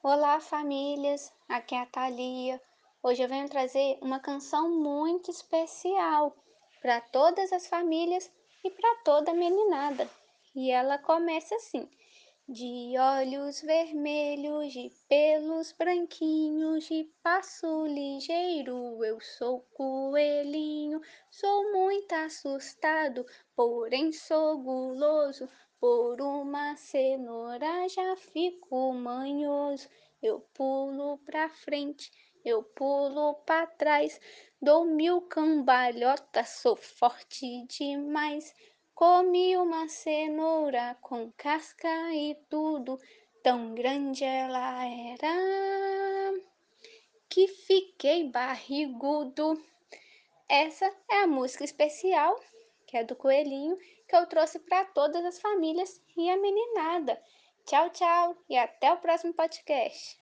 Olá, famílias! Aqui é a Thalia. Hoje eu venho trazer uma canção muito especial para todas as famílias e para toda a meninada. E ela começa assim: de olhos vermelhos, de pelos branquinhos, de passo ligeiro, eu sou coelhinho, sou muito assustado, porém sou guloso. Por uma cenoura já fico manhoso. Eu pulo pra frente, eu pulo pra trás, dou 1000 cambalhotas, sou forte demais. Comi uma cenoura com casca e tudo, tão grande ela era que fiquei barrigudo. Essa é a música especial, que é do coelhinho, que eu trouxe para todas as famílias e a meninada. Tchau, tchau e até o próximo podcast.